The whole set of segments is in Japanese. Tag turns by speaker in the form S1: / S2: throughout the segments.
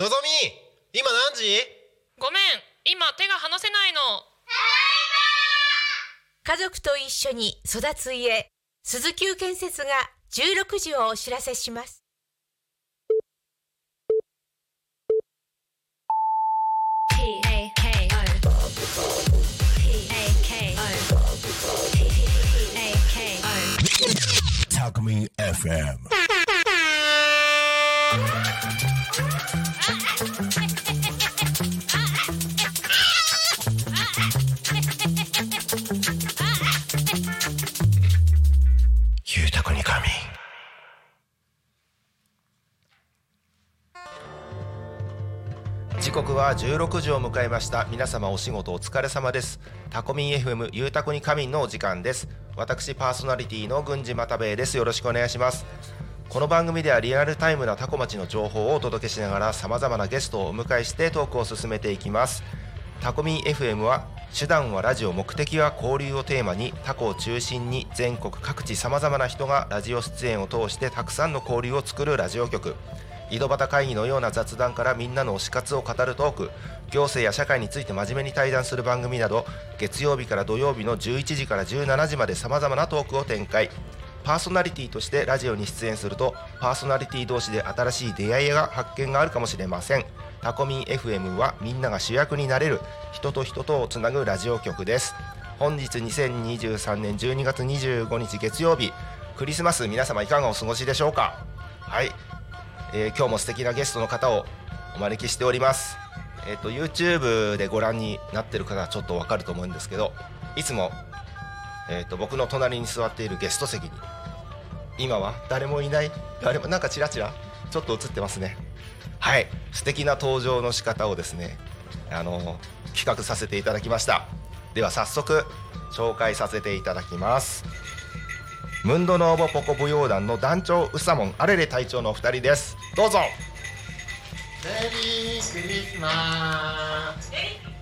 S1: のぞみ、今何時？
S2: ごめん、今手が離せないの。
S3: 家族と一緒に育つ家、鈴木建設が16時をお知らせします。
S4: タコミン FM。ゆうたこに仮眠。
S1: 時刻は16時を迎えました。皆様お仕事お疲れ様です。タコミン FM ゆうたこに仮眠のお時間です。私パーソナリティの郡司又兵衛です。よろしくお願いします。この番組ではリアルタイムなタコ町の情報をお届けしながら様々なゲストをお迎えしてトークを進めていきます。タコミン FM は手段はラジオ、目的は交流をテーマに、タコを中心に全国各地様々な人がラジオ出演を通してたくさんの交流を作るラジオ局。井戸端会議のような雑談からみんなの推し活を語るトーク、行政や社会について真面目に対談する番組など、月曜日から土曜日の11時から17時まで様々なトークを展開。パーソナリティとしてラジオに出演すると、パーソナリティ同士で新しい出会いや発見があるかもしれません。タコミン FM はみんなが主役になれる、人と人とをつなぐラジオ局です。本日2023年12月25日月曜日、クリスマス、皆様いかがお過ごしでしょうか。はい、今日も素敵なゲストの方をお招きしております。YouTube でご覧になっている方はちょっとわかると思うんですけど、いつも、僕の隣に座っているゲスト席に今は誰もいない、誰もなんかチラチラちょっと映ってますね。はい、素敵な登場の仕方をですね、企画させていただきました。では早速紹介させていただきます。ムンドノーボポコ舞踊団の団長ウサモンアレレ隊長のお二人です。どうぞ。
S5: メリークリスマス。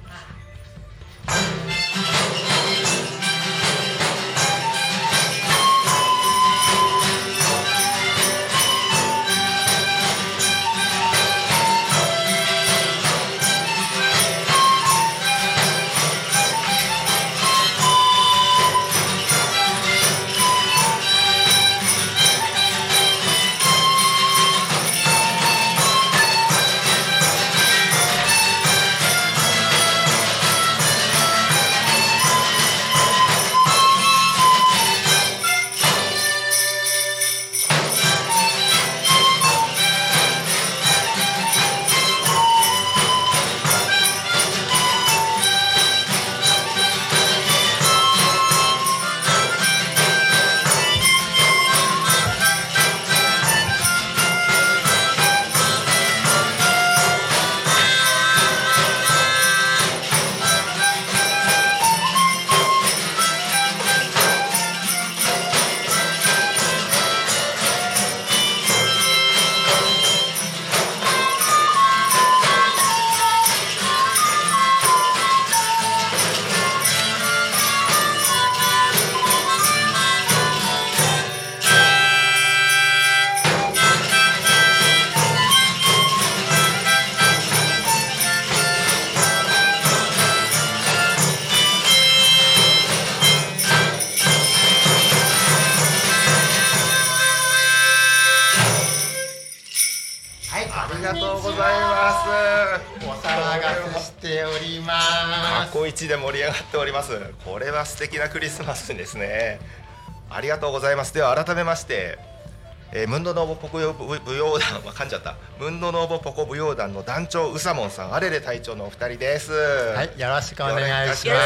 S1: 過去一で盛り上がっております。これは素敵なクリスマスですね。ありがとうございます。では改めまして、ムンドノーボポコ舞踊団、噛んじゃった、ムンドノーボポコ舞踊団の団長ウサモンさん、アレレ隊長のお二人です。
S5: はい、よろしくお願いします。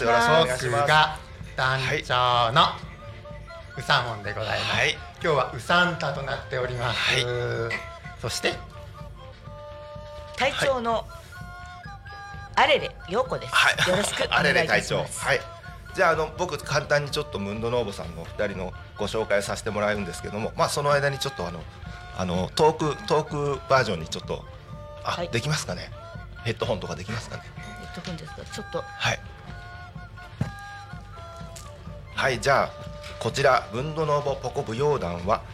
S1: よろしくお願いします。
S5: 僕が団長のウサモンでございます。はい、今日はウサンタとなっております。はい、そして
S3: 隊長のアレレ陽子です。
S1: はい、
S3: よろしくお願いいたします。
S1: はい、じゃあ僕簡単にちょっとムンドノーボさんの2人のご紹介させてもらうんですけども、その間にちょっとトークバージョンにちょっとはい、できますかね。ヘッドホンとかできますかね。
S3: ヘッドホンですか。ちょっと
S1: はいはい、じゃあこちらムンドノーボポコ舞踊団は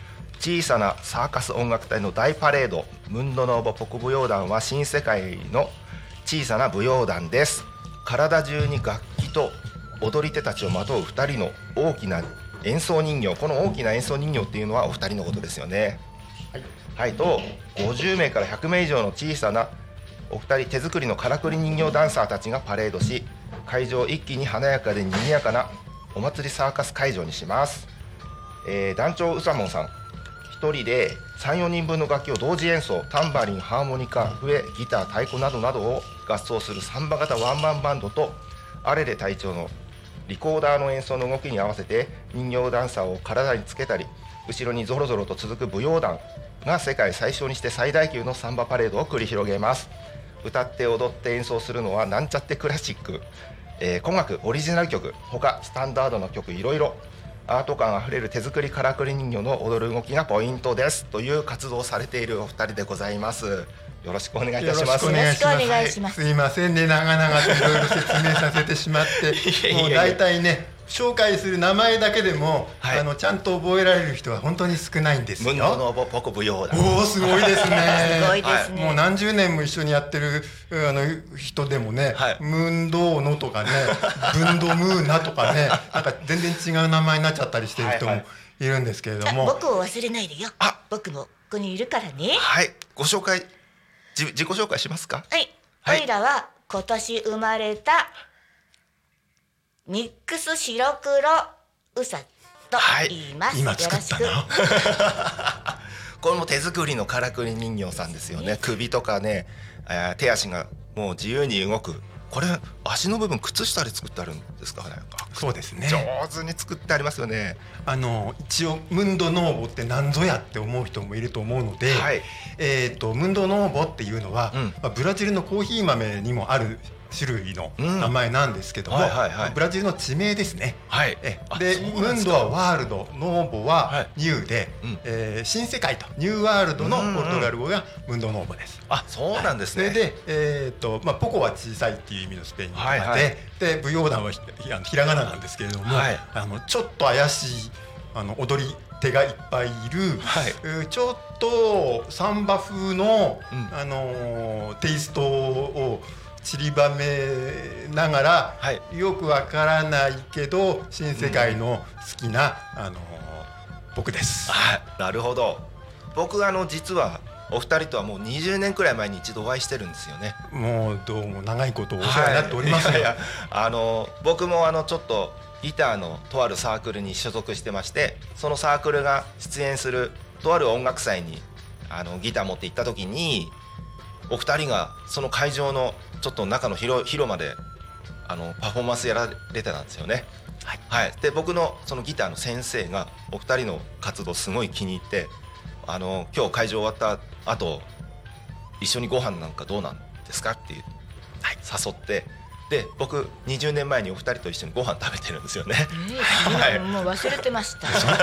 S1: 小さなサーカス音楽隊の大パレードムンドノーボポコ舞踊団は新世界の小さな舞踊団です。体中に楽器と踊り手たちをまとう2人の大きな演奏人形、この大きな演奏人形っていうのはお二人のことですよね。はい、と50名から100名以上の小さなお二人手作りのからくり人形ダンサーたちがパレードし、会場を一気に華やかで賑やかなお祭りサーカス会場にします。団長うさもんさん1人で 3,4 人分の楽器を同時演奏、タンバリン、ハーモニカ、笛、ギター、太鼓などなどを合奏するサンバ型ワンマンバンドと、アレレ隊長のリコーダーの演奏の動きに合わせて人形ダンサーを体につけたり、後ろにゾロゾロと続く舞踊団が世界最小にして最大級のサンバパレードを繰り広げます。歌って踊って演奏するのはなんちゃってクラシック、古楽、オリジナル曲、他スタンダードの曲、いろいろアート感あふれる手作りからくり人形の踊る動きがポイントですという活動をされているお二人でございます。よろしくお願いいたします。
S3: よろしくお願いします。
S5: すいませんね、長々といろいろ説明させてしまってもう大体ね、紹介する名前だけでも、はい、ちゃんと覚えられる人は本当に少ないんですよ。
S1: ムンドノーボポコ舞踊団。
S5: おお、すごいですね。
S3: すごいですね。
S5: もう何十年も一緒にやってる人でもね、はい、ムンドーノとかね、ブンドムーナとかね、なんか全然違う名前になっちゃったりしてる人もいるんですけれども、
S3: 僕を忘れないでよ。僕もここにいるからね。
S1: はい、ご紹介、自己紹介しますか。
S3: はい、はい、おいらは今年生まれたミックス白黒うさと言います、
S5: 今作ったな。
S1: これも手作りのからくり人形さんですよね。首とかね、手足がもう自由に動く。これ足の部分靴下で作ってあるんですかね。
S5: そうですね、
S1: 上手に作ってありますよね。
S5: 一応ムンドノーボって何ぞやって思う人もいると思うので、はい、ムンドノーボっていうのは、ブラジルのコーヒー豆にもある種類の名前なんですけども、ブラジルの地名ですね。はい、でムンドはワールド、ノーボはニューで、新世界とニューワールドのポルトガル語がムンドノーボです。
S1: あ、そうなんですね。
S5: で、ポコは小さいっていう意味のスペイン語で、で舞踊団はひらがななんですけれども、ちょっと怪しい踊り手がいっぱいいる、ちょっとサンバ風の、テイストを散りばめながら、よくわからないけど新世界の好きな、僕です。
S1: なるほど。僕実はお二人とはもう20年くらい前に一度お会いしてるんですよね。
S5: もうどうも長いことお世話になっておりますよ。
S1: 僕もちょっとギターのとあるサークルに所属してまして、そのサークルが出演するとある音楽祭にギター持って行った時に、お二人がその会場のちょっと中の広間でパフォーマンスやられてたんですよね。はい、で僕のそのギターの先生がお二人の活動すごい気に入って、今日会場終わった後一緒にご飯なんかどうなんですかって誘って、で僕20年前にお二人と一緒にご飯食べてるんですよね。
S3: もう忘れてました。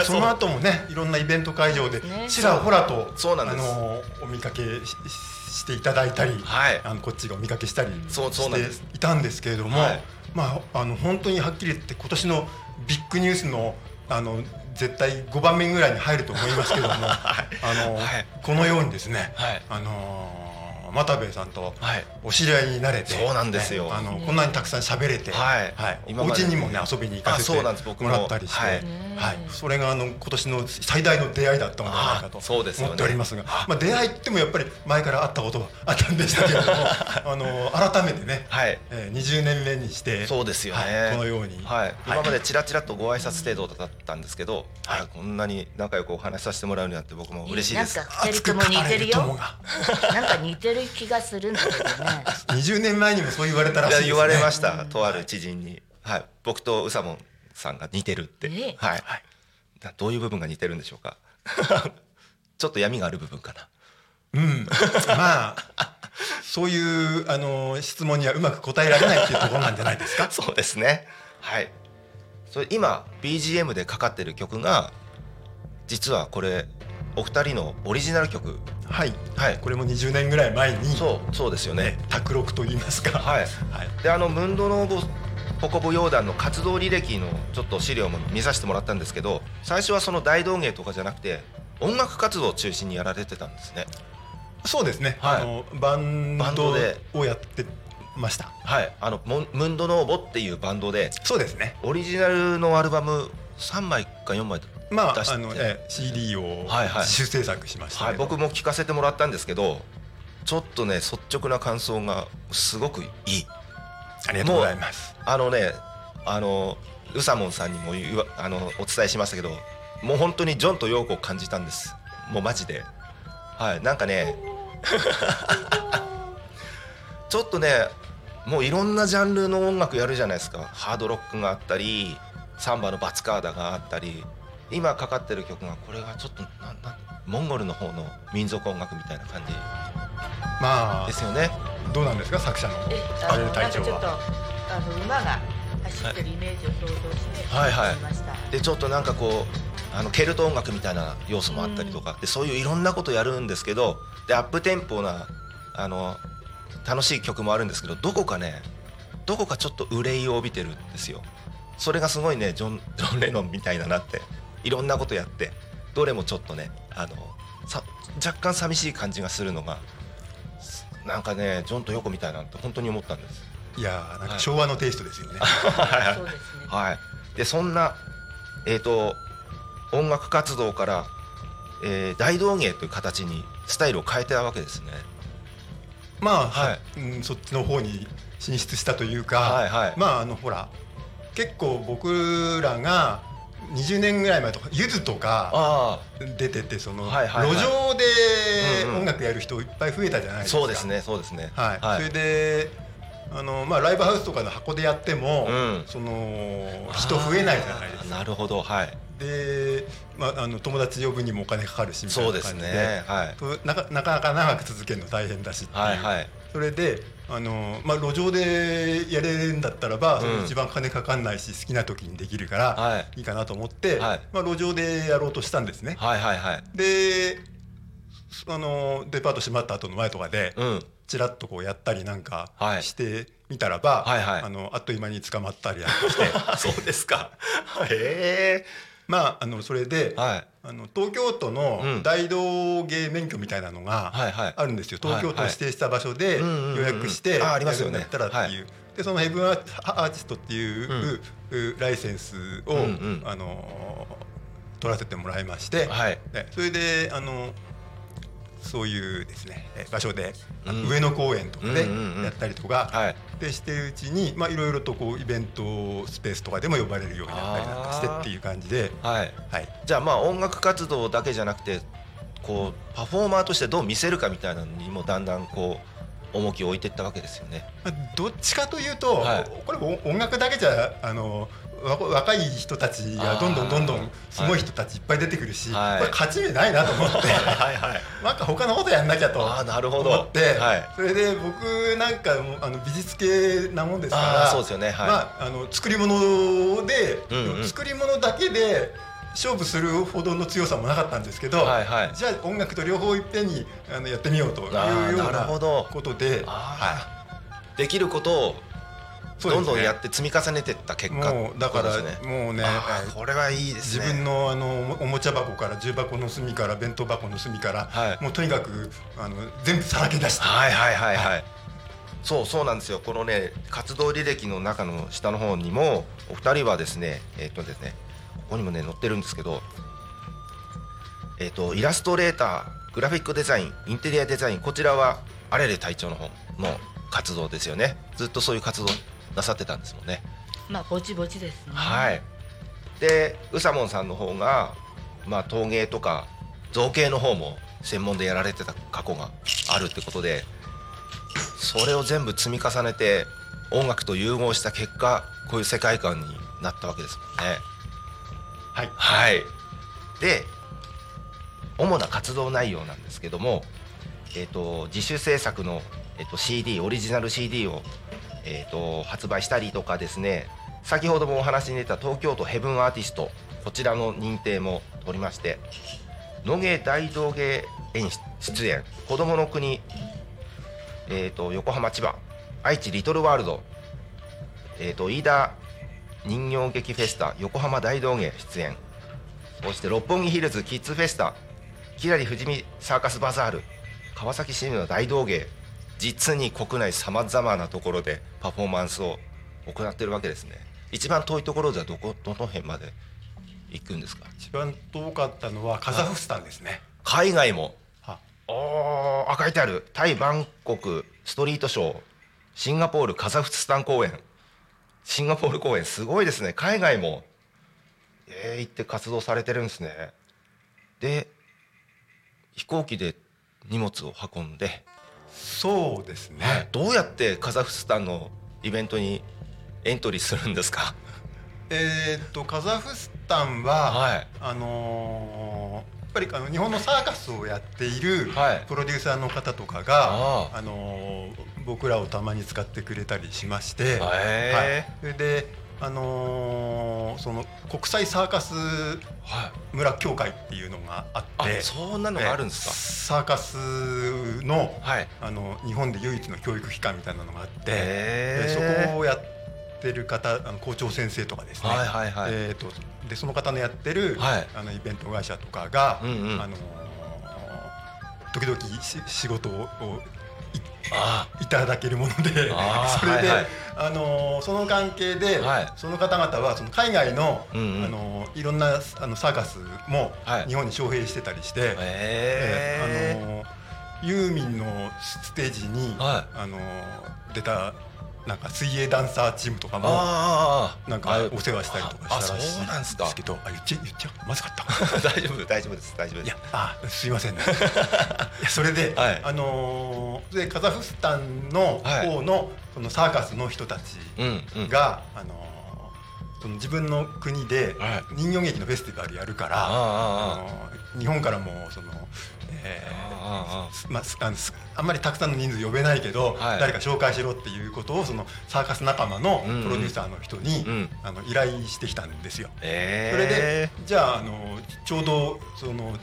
S5: その後もね、いろんなイベント会場でちらほらとお見かけしていただいたり、こっちがお見かけしたりしていたんですけれども、本当にはっきり言って今年のビッグニュースの絶対5番目ぐらいに入ると思いますけども、このようにですね、又兵衛さんとお知り合いになれて、
S1: そうなんですよ。
S5: こんなにたくさん喋れて、お家にもね遊びに行かせてもらったりして、それが今年の最大の出会いだったのではないかと思っておりますが、出会いってもやっぱり前から会ったことはあったんでしたけれども、改めてね、20年目にして
S1: そうですよね、
S5: このように、
S1: 今までちらちらとご挨拶程度だったんですけど、こんなに仲良くお話しさせてもらうようになって僕も嬉しいです。
S3: なんか2人とも似てるよ。なんか似てる気がするんだけどね。
S5: 20年前にもそう言われたらしいですね。
S1: 言われました、とある知人に。僕とうさもんさんが似てるって。どういう部分が似てるんでしょうか。ちょっと闇がある部分かな。
S5: そういう質問にはうまく答えられないっていうところなんじゃないですか。
S1: そうですね。それ今 BGM でかかってる曲が実はこれお二人のオリジナル曲。これも20年ぐらい前に、そうですよね、
S5: 卓録と言いますか。
S1: でムンドノーボポコ舞踊団の活動履歴のちょっと資料も見させてもらったんですけど、最初はその大道芸とかじゃなくて音楽活動を中心にやられてたんですね。
S5: そうですね、
S1: はい、
S5: バンド
S1: で
S5: をやってました。
S1: はい、ムンドノーボっていうバンドで、
S5: そうですね、
S1: オリジナルのアルバム3枚か4枚出して、
S5: CD を自主制作しました、
S1: はいはい、僕も聴かせてもらったんですけど、ちょっとね率直な感想がすごくいい。
S5: ありがとうございます。
S1: うさもんさんにもお伝えしましたけど、もう本当にジョンとヨーコを感じたんです。もうマジで、はい、なんかねちょっとね、もういろんなジャンルの音楽やるじゃないですか。ハードロックがあったり、サンバのバツカーダがあったり、今かかってる曲がこれがちょっとモンゴルの方の民族音楽みたいな感じですよね。
S5: どうなんですか、作者のあれ隊長は。
S3: ちょっと馬が走ってるイメージを想像して
S1: はいはい
S3: ました。
S1: でちょっとなんかこうケルト音楽みたいな要素もあったりとかで、そういういろんなことやるんですけど、でアップテンポな楽しい曲もあるんですけど、どこかちょっと憂いを帯びてるんですよ。それがすごいね、ジョン・レノンみたいだなって。いろんなことやってどれもちょっとね若干寂しい感じがするのが、なんかねジョンとヨコみたいなって本当に思ったんです。
S5: いやなんか昭和のテイストですよね。
S3: そうですね。
S1: はい。でそんな音楽活動から、大道芸という形にスタイルを変えたわけですね。
S5: そっちの方に進出したというか、
S1: はいはい、
S5: ほら結構僕らが20年ぐらい前とかゆずとか出てて、その路上で音楽やる人いっぱい増えたじゃないですか。
S1: そうですねそうですね。
S5: はい、それでライブハウスとかの箱でやっても、その人増えないじゃないですか。
S1: なるほど、はい。
S5: で、友達呼ぶにもお金かかるしみたいな感じで、
S1: そうですね、はい、
S5: なかなか長く続けるの大変だしっていう、
S1: はいはい、
S5: それで路上でやれるんだったらば、その一番金かかんないし好きな時にできるからいいかなと思って、路上でやろうとしたんですね。
S1: はいはいはい、
S5: でデパート閉まった後の前とかで、ちらっとこうやったりなんかしてみたらば、あっという間に捕まったりして
S1: そうですか。へえ。
S5: それで、東京都の大道芸免許みたいなのがあるんですよ。東京都指定した場所で予約してやるんだったらっていう。でそのヘブンアーティストっていうライセンスを取らせてもらいまして、それでそういうですね場所で上野公園とかでやったりとかでしてるうちに、いろいろとこうイベントスペースとかでも呼ばれるようになったりなんかしてっていう感じで、
S1: じゃあ音楽活動だけじゃなくてこうパフォーマーとしてどう見せるかみたいなのにもだんだんこう重きを置いていったわけですよね。
S5: どっちかというと、これ音楽だけじゃ若い人たちがどんどんすごい人たちいっぱい出てくるし、これ勝ち目ないなと思ってなんか他のことやんなきゃと思って、それで僕なんか美術系なもんですから、
S1: そうですよね、
S5: 作り物で、作り物だけで勝負するほどの強さもなかったんですけど、じゃあ音楽と両方いっぺんにやってみようというようなことで、
S1: できることをどんどんやって積み重ねていった結果、
S5: だからもうね、
S1: これはいいですね。
S5: 自分のおもちゃ箱から重箱の隅から弁当箱の隅から、もうとにかく全部さらけ出して、
S1: そうなんですよ。このね活動履歴の中の下の方にもお二人はですねここにもね載ってるんですけど、イラストレーター、グラフィックデザイン、インテリアデザイン、こちらはあれれ隊長の方の活動ですよね。ずっとそういう活動なさってたんですもんね。
S3: ぼちぼちですね。
S1: でうさもんさんの方が陶芸とか造形の方も専門でやられてた過去があるってことで、それを全部積み重ねて音楽と融合した結果、こういう世界観になったわけですもんね。で主な活動内容なんですけども、自主制作の、CD、オリジナル CD を発売したりとかですね、先ほどもお話に出た東京都ヘブンアーティスト、こちらの認定も取りまして、野毛大道芸演出演、子どもの国、横浜、千葉、愛知リトルワールド、飯田人形劇フェスタ横浜大道芸出演、そして六本木ヒルズキッズフェスタきらり富士見サーカスバザール、川崎市民の大道芸、実に国内さまざまなところでパフォーマンスを行っているわけですね。一番遠いところではどの辺まで行くんですか？
S5: 一番遠かったのはカザフスタンですね。
S1: 海外も。
S5: は
S1: 書いてある。タイ・バンコクストリートショー、シンガポールカザフスタン公演、シンガポール公演、すごいですね。海外も行って活動されてるんですね。で飛行機で荷物を運んで、
S5: そうですね、
S1: どうやってカザフスタンのイベントにエントリーするんですか？
S5: カザフスタンは、
S1: はい、
S5: やっぱり日本のサーカスをやっているプロデューサーの方とかが、僕らをたまに使ってくれたりしまして、それで、その国際サーカス村協会っていうのがあって、
S1: そんなのがあるんですか？
S5: サーカスの、日本で唯一の教育機関みたいなのがあって、でそこをやってる方、校長先生とかですね、でその方のやってる、イベント会社とかが、時々仕事をいただけるもので、それで、その関係で、その方々はその海外の、いろんなサーカスも日本に招聘してたりして、ユーミンのステージに、出たなんか水泳ダンサーチームとかもなんかお世話したりとかしたらしいんですけど、言っちゃう、まずかった
S1: 大丈夫です。
S5: いや、すいませんねいや、それで、でカザフスタンの方のそのサーカスの人たちが、その自分の国で人形劇のフェスティバルやるから、日本からもそのあんまりたくさんの人数呼べないけど、誰か紹介しろっていうことをそのサーカス仲間のプロデューサーの人に依頼してきたんですよ。それでじゃあちょうどその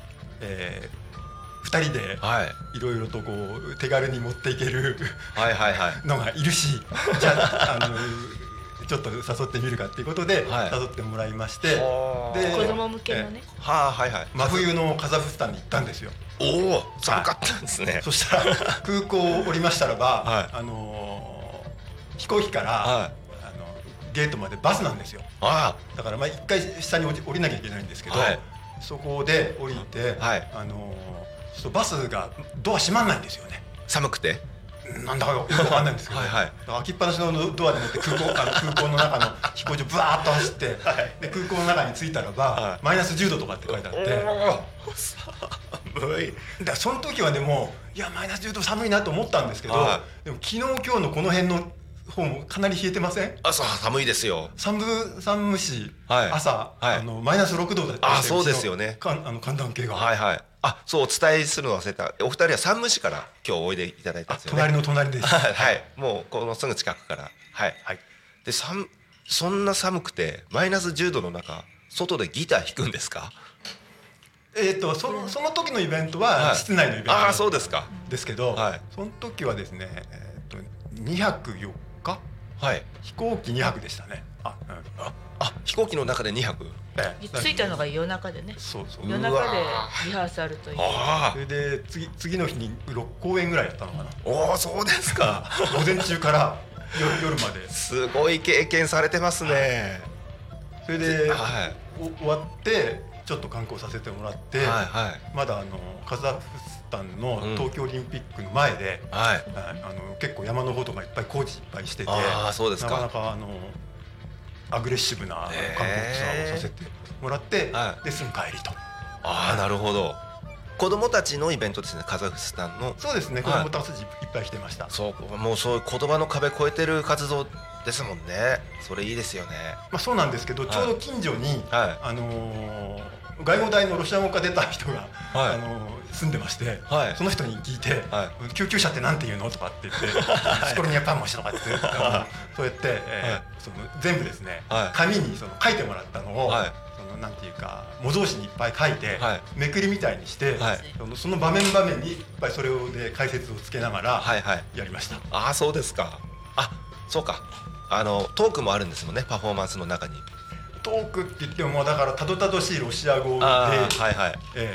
S5: 2人でいろいろとこう手軽に持っていけるのがいるし、じゃあちょっと誘ってみるかっていうことで誘ってもらいまして、で
S3: 子供向けのね、
S5: 真冬のカザフスタンに行ったんですよ。
S1: おお、寒かったんですね。
S5: そしたら空港を降りましたらば、飛行機からゲートまでバスなんですよ。だから一回下に降りなきゃいけないんですけど、そこで降りて、バスがドア閉まんないんですよね。
S1: 寒くて
S5: なんだかよくわかんないんですけど、開きっぱなしのドアでもって空港の中の飛行場ブワーッと走って、で空港の中に着いたらば、マイナス10度とかって書いてあって、寒い。だその時はでもいやマイナス10度寒いなと思ったんですけど、でも昨日今日のこの辺の方もかなり冷えてません？
S1: 朝寒いですよ。
S5: 寒し、朝マイナス6度だったりして、
S1: そうですよね。
S5: 寒暖計が。
S1: そうお伝えするの忘れた。お二人は山武市から今日おいでいただいたんですよね。
S5: 隣の隣です。
S1: もうこのすぐ近くから。でそんな寒くてマイナス10度の中、外でギター弾くんですか？
S5: その時のイベントは室内のイベント
S1: そうですか。
S5: ですけど、その時はですね、2泊4日、飛行機2泊でしたね。
S1: 飛行機の中で2泊。
S3: 着いたのが夜中でね。夜中でリハーサルという。
S5: それで次の日に6公演ぐらいやったのかな。
S1: そうですか。
S5: 午前中から夜まで。
S1: すごい経験されてますね。
S5: それで終わってちょっと観光させてもらって、まだカザフスタンの東京オリンピックの前で、結構山の方とかいっぱい工事いっぱいしてて、なかなかアグレッシブな観光ツアーをさせてもらって、ですぐ帰りと。
S1: なるほど。子供たちのイベントですね、カザフスタンの。
S5: そうですね、子供たちいっぱい来てました。
S1: もうそういう言葉の壁越えてる活動ですもんね。それいいですよね。
S5: そうなんですけど、ちょうど近所に外語大のロシア語が出た人が住んでまして、その人に聞いて「救急車ってなんて言うの?」とかって言って「スコルニアパンモシ」とかってそうやって全部ですね、紙に書いてもらったのをなんていうか模造紙にいっぱい書いてめくりみたいにして、その場面場面にいっぱいそれで解説をつけながらやりました。
S1: そうですか。そうか。トークもあるんですもんね、パフォーマンスの中に。
S5: トークって言ってもだからたどたどしいロシア語で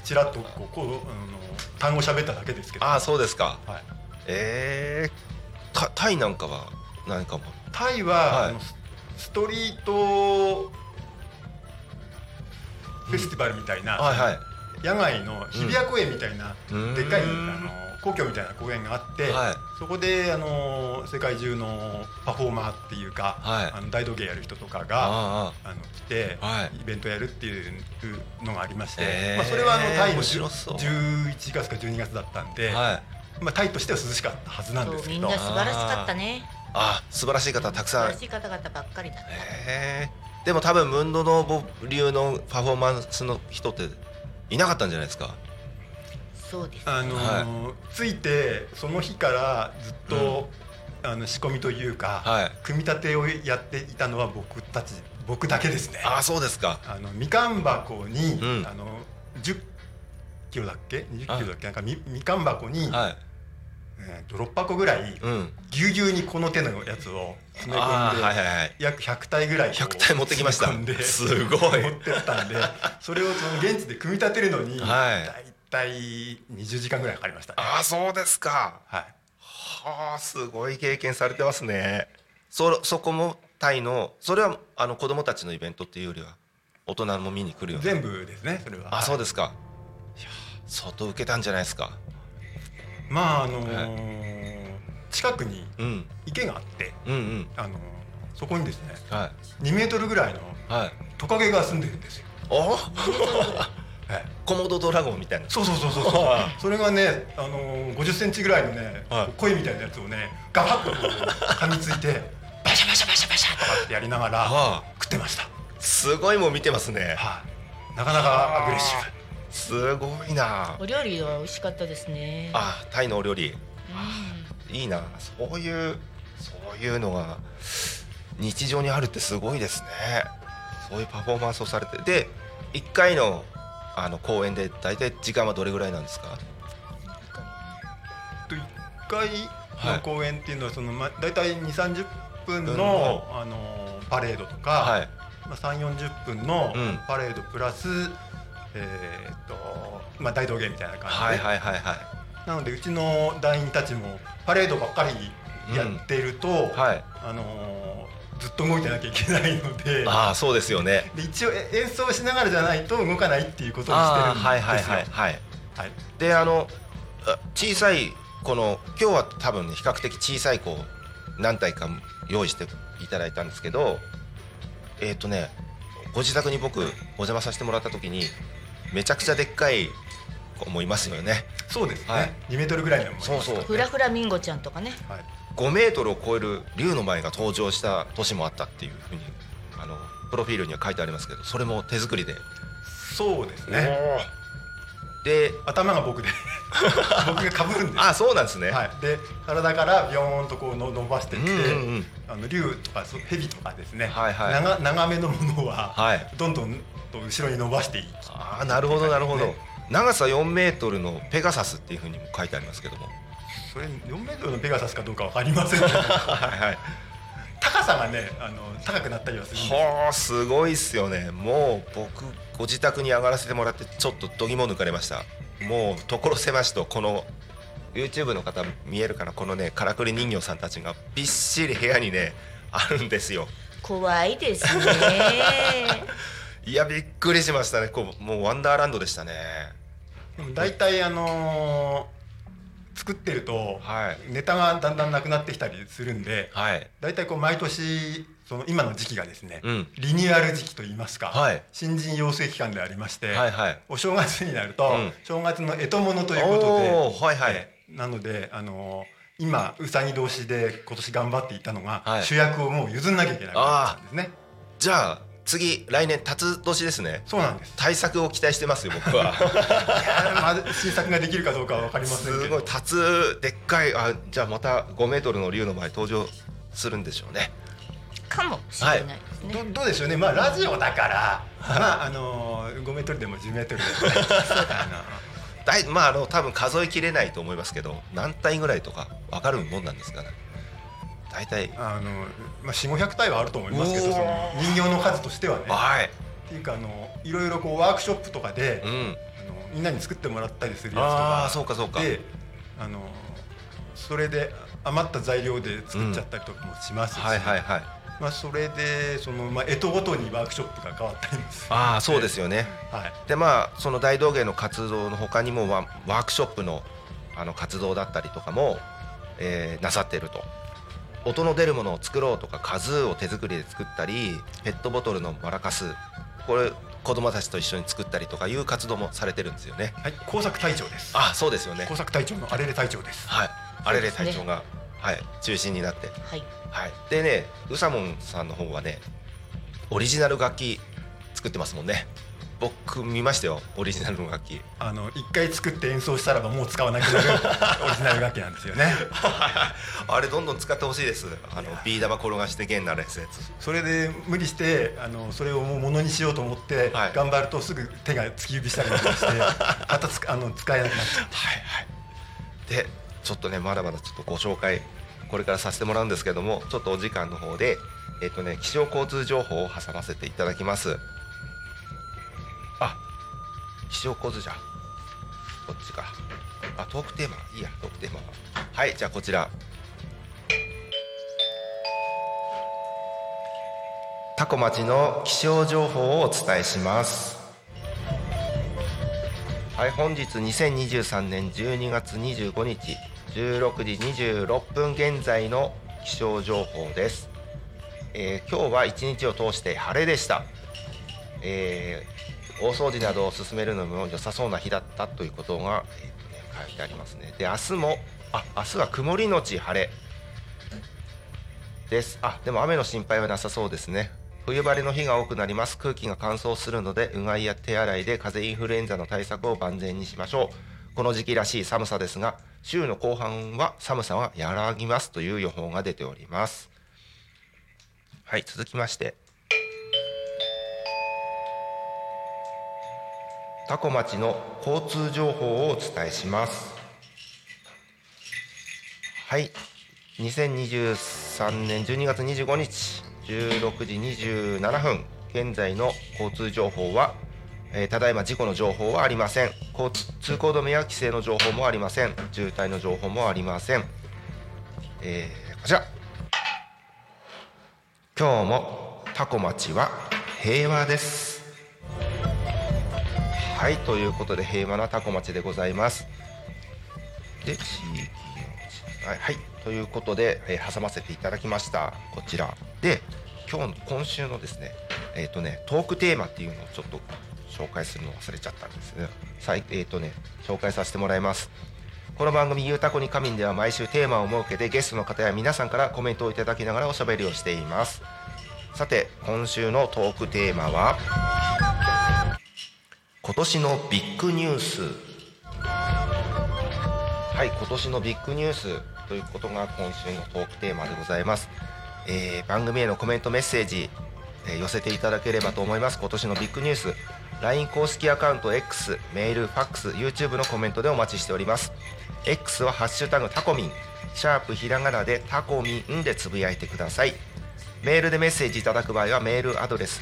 S5: ちらっと単語喋っただけですけど。
S1: ああそうですか。
S5: はい、
S1: タイなんかは何かも。
S5: タイは、
S1: はい、
S5: ストリートフェスティバルみたいな、
S1: はいはい、
S5: 野外の日比谷公園みたいな、でっかい皇居みたいな公園があって、
S1: はい、
S5: そこで世界中のパフォーマーっていうか、
S1: はい、
S5: 大道芸やる人とかが来て、
S1: はい、
S5: イベントやるっていうのがありまして、それはタイの11月か12月だったんで、はい、タイとしては涼しかったはずなんですけど、
S3: みんな素晴らしかったね。
S1: 素晴らしい方たくさん、
S3: 素晴らしい方々ばっかりだった。
S1: でも多分ムンドノーボ流のパフォーマンスの人っていなかったんじゃないですか。
S3: そうです、
S5: ついてその日からずっと、仕込みというか、はい、組み立てをやっていたのは僕だけですね。
S1: そうですか。
S5: みかん箱に、10キロだっけ20キロだっけ、なんかみかん箱に、はい、6箱ぐらい、ぎゅうぎゅうにこの手のやつを詰め込んで、約100体ぐらい
S1: 100体持ってきました。すごい
S5: 持ってったんで、それを現地で組み立てるのに、だいたい20時間ぐらいかかりましたね。
S1: そうですか。はい。すごい経験されてますね。そこもタイの、それは子供たちのイベントっていうよりは大人も見に来るような。
S5: 全部ですね、それは。
S1: そうですか。いや、相当受けたんじゃないですか。
S5: 近くに池があって、そこにですね、2メートルぐらいのトカゲが住んでるんですよ。
S1: コモドドラゴンみたいな。
S5: そうそれがね、50センチぐらいのね、鯉みたいなやつをね、ガバッと噛みついてバシャバシャバシャバシャとかってやりながら食ってました。
S1: すごいもん見てますね。
S5: なかなかアグレッシブ。
S1: すごいな。
S3: お料理は美味しかったですね。
S1: タイのお料理、いいな。そういうのが日常にあるってすごいですね。そういうパフォーマンスをされて、で1回の公演で大体時間はどれぐらいなんですか
S5: ？1回の公演っていうのは大体 2,30 分のパレードとか、3、40分のパレードプラス大道芸みたいな感じで、なのでうちの団員たちもパレードばっかりやってると、ずっと動いてなきゃいけないので、
S1: そうですよね。
S5: で一応演奏しながらじゃないと動かないっていうことにしてるんですよ。
S1: で小さい今日は多分ね、比較的小さい何体か用意していただいたんですけど、ご自宅に僕お邪魔させてもらった時にめちゃくちゃでっかい子もいますよね。
S5: そうですね、2メートルぐらいのもいますからね。
S3: フラフラミンゴちゃんとかね、
S1: 5メートルを超える竜の舞が登場した年もあったっていうふうにプロフィールには書いてありますけど、それも手作りで。
S5: そうですね。
S1: で
S5: 頭が僕で僕が被るんです。
S1: そうなんですね。
S5: で体からビヨーンと伸ばしていって、竜とか蛇とかですね、長めのものはどんどんと後ろに伸ばしていく。
S1: なるほどなるほど。長さ4メートルのペガサスっていうふうにも書いてありますけども、
S5: それ4メートルのペガサスかどうかわかりませんけど高さがね高くなったりはするんですよ。
S1: すごいっすよね。もう僕ご自宅に上がらせてもらってちょっと度肝抜かれました。もう所狭しとこの YouTube の方見えるかな、このねからくり人形さんたちがびっしり部屋にねあるんですよ。
S3: 怖いですね
S1: いやびっくりしましたね。もうワンダーランドでしたね。
S5: だいたい作ってると、ネタがだんだんなくなってきたりするんで、だいたい毎年今の時期がですね、リニューアル時期といいますか、新人養成期間でありまして、お正月になると、正月の干支物ということで、なので今うさぎ同士で今年頑張っていたのが、主役をもう譲んなきゃいけないわけですね。
S1: じゃあ次来年辰年ですね。
S5: そうなんです。
S1: 対策を期待してますよ僕は。
S5: いや新作ができるかどうかは分かりませんけど、
S1: すごい辰でっかい。じゃあまた5メートルの竜の前登場するんでしょうね。
S3: かもしれないですね。
S5: どうでしょうね。ラジオだから5メートルでも10メートルでも
S1: 多分数えきれないと思いますけど、何体ぐらいとか分かるもんなんですかね。大体
S5: 400-500体はあると思いますけど、その人形の数としてはね。っていうかいろいろワークショップとかで、 みんなに作ってもらったりするやつとか
S1: そうかそうか
S5: でそれで余った材料で作っちゃったりとかもしますし、それで干支ごとにワークショップが変わったりもする。
S1: そうですよね。でその大道芸の活動の他にもワークショップの活動だったりとかも、なさっていると。音の出るものを作ろうとか、数を手作りで作ったり、ペットボトルのマラカス、これ子供たちと一緒に作ったりとかいう活動もされてるんですよね。
S5: 工作隊長です。
S1: そうですよね。
S5: 工作隊長のアレレ隊長です。
S1: アレレ隊長が、中心になって、でね、うさもんさんの方はね、オリジナル楽器作ってますもんね。僕見ましたよ、オリジナルの楽器。
S5: 一回作って演奏したらばもう使わなくなるオリジナル楽器なんですよね。
S1: あれどんどん使ってほしいです。ビー玉転がして弦鳴らすやつ。
S5: それで無理してそれをもうものにしようと思って頑張るとすぐ手が突き指したりとかしてまた使えなくなっちゃう。
S1: でちょっとね、まだまだちょっとご紹介これからさせてもらうんですけども、ちょっとお時間の方で気象交通情報を挟ませていただきます。気象交通じゃこっちか。トークテーマいいや、トークテーマはじゃあこちら、多古町の気象情報をお伝えします。本日2023年12月25日16時26分現在の気象情報です。今日は一日を通して晴れでした。大掃除などを進めるのも良さそうな日だったということが、書いてありますね。で明日は曇りのち晴れです。でも雨の心配はなさそうですね。冬晴れの日が多くなります。空気が乾燥するので、うがいや手洗いで風邪インフルエンザの対策を万全にしましょう。この時期らしい寒さですが、週の後半は寒さは和らぎますという予報が出ております。続きまして、多古町の交通情報をお伝えします。2023年12月25日16時27分現在の交通情報は、ただいま事故の情報はありません。通行止めや規制の情報もありません。渋滞の情報もありません。こちら、今日も多古町は平和です。ということで平和な多古町でございます。で、地域のということで、挟ませていただきましたこちらで、今週のですねトークテーマっていうのをちょっと紹介するのを忘れちゃったんですね。紹介させてもらいます。この番組ゆうたこに仮眠では毎週テーマを設けてゲストの方や皆さんからコメントをいただきながらおしゃべりをしています。さて今週のトークテーマは今年のビッグニュース。今年のビッグニュースということが今週のトークテーマでございます。番組へのコメントメッセージ、寄せていただければと思います。今年のビッグニュース、 LINE 公式アカウント X、 メール、ファックス、 YouTube のコメントでお待ちしております。 X はハッシュタグタコミン、シャープひらがなでタコミンでつぶやいてください。メールでメッセージいただく場合はメールアドレス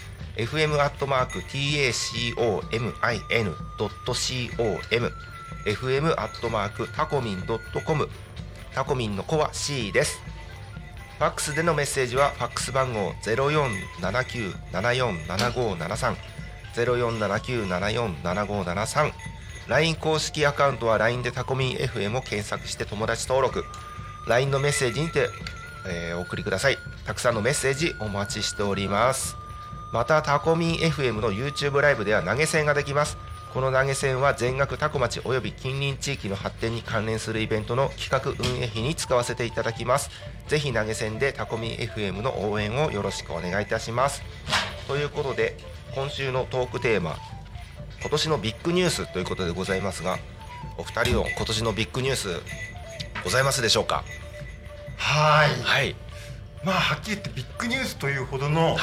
S1: fm@tacomin.com、 fm@tacomin.com、 タコミンの子は C です。ファックスでのメッセージはファックス番号 0479747573 0479747573、 LINE 公式アカウントは LINE でタコミン FM を検索して友達登録、 LINE のメッセージにて、お送りください。たくさんのメッセージお待ちしております。またタコミン FM の YouTube ライブでは投げ銭ができます。この投げ銭は全額多古町および近隣地域の発展に関連するイベントの企画運営費に使わせていただきます。ぜひ投げ銭でタコミン FM の応援をよろしくお願いいたします。ということで今週のトークテーマ、今年のビッグニュースということでございますが、お二人の今年のビッグニュースございますでしょうか？
S5: はい、まあはっきり言ってビッグニュースというほどの、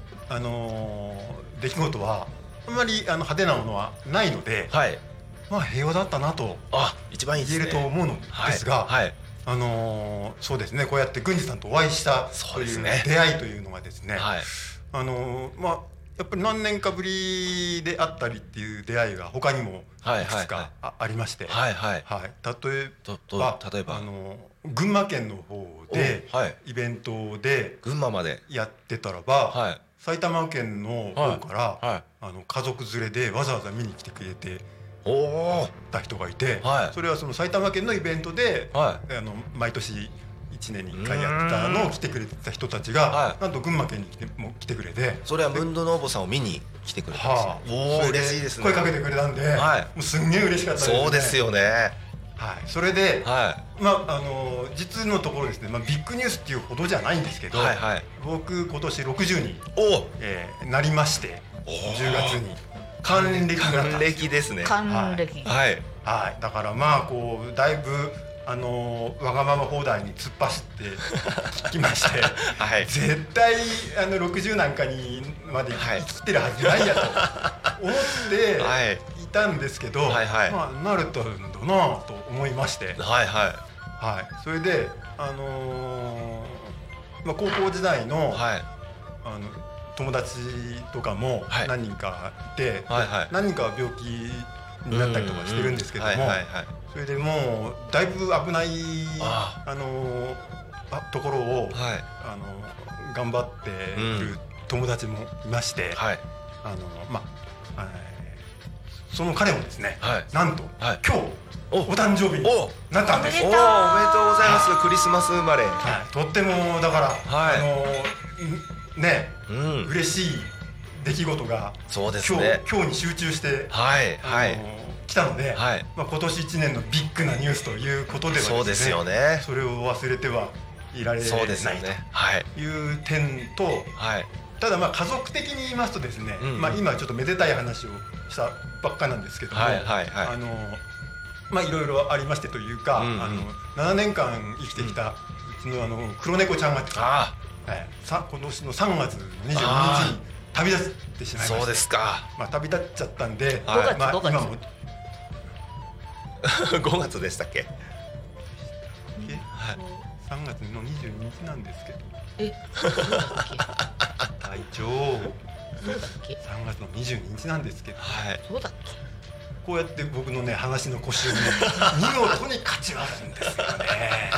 S5: 出来事はあんまり派手なものはないので、まあ平和だったなと
S1: 一番いいですね、
S5: 言えると思うのですが、そうですね、こうやって郡司さんとお会いしたという出会いというのはですね、まあやっぱり何年かぶりであったりっていう出会いが他にもいくつかありまして、
S1: はいはい、
S5: 例えば群馬県の方でイベントで
S1: 群馬まで
S5: やってたらば、埼玉県の方から家族連れでわざわざ見に来てくれてた人がいて、それはその埼玉県のイベントで毎年1年に1回やってたのを来てくれてた人たちがなんと群馬県にも来てくれて、
S1: それはムンドノーボさんを見に来てくれたんですね。嬉しいですね。
S5: 声かけてくれたんで、もうすんげえ嬉しかったですね。
S1: そうですよね。
S5: それで実のところですね、ビッグニュースっていうほどじゃないんですけど、僕今年60になりまして、10月に還暦になったんですよ。還暦
S1: ですね。
S3: 還暦。
S5: だからこうだいぶわがまま放題に突っ走ってきまして、絶対60なんかにまで生きてるはずないやと思っていたんですけど、なれたんだなと思いまして、それで高校時代の友達とかも何人かいて、何人かは病気になったりとかしてるんですけども、それでもうだいぶ危ないところを頑張っている友達もいまして、その彼もですね、なんと今日お誕生日になったんです。
S1: おめでとうございます。クリスマス生まれ。
S5: とってもだから嬉しい出来事が今日に集中して来たので、今年1年のビッグなニュースということではですね、それを忘れてはいられないという点と、ただ家族的に言いますとですね、今ちょっとめでたい話をしたばっかなんですけども、いろいろありましてというか、7年間生きてきたうちの黒猫ちゃんが今年の3月22日に旅立ってしまいました。
S1: そうですか。
S5: 旅立っちゃったんで、
S3: 5月
S5: 今も
S1: 5月でしたっけ
S5: ？3月の22日なんですけど。
S3: そうだっけ？
S5: 隊長。
S3: そうだっけ
S5: ？3月の22日なんですけど。
S3: そうだっけ？
S5: こうやって僕のね話の腰をね見事に勝ち割るんですよね。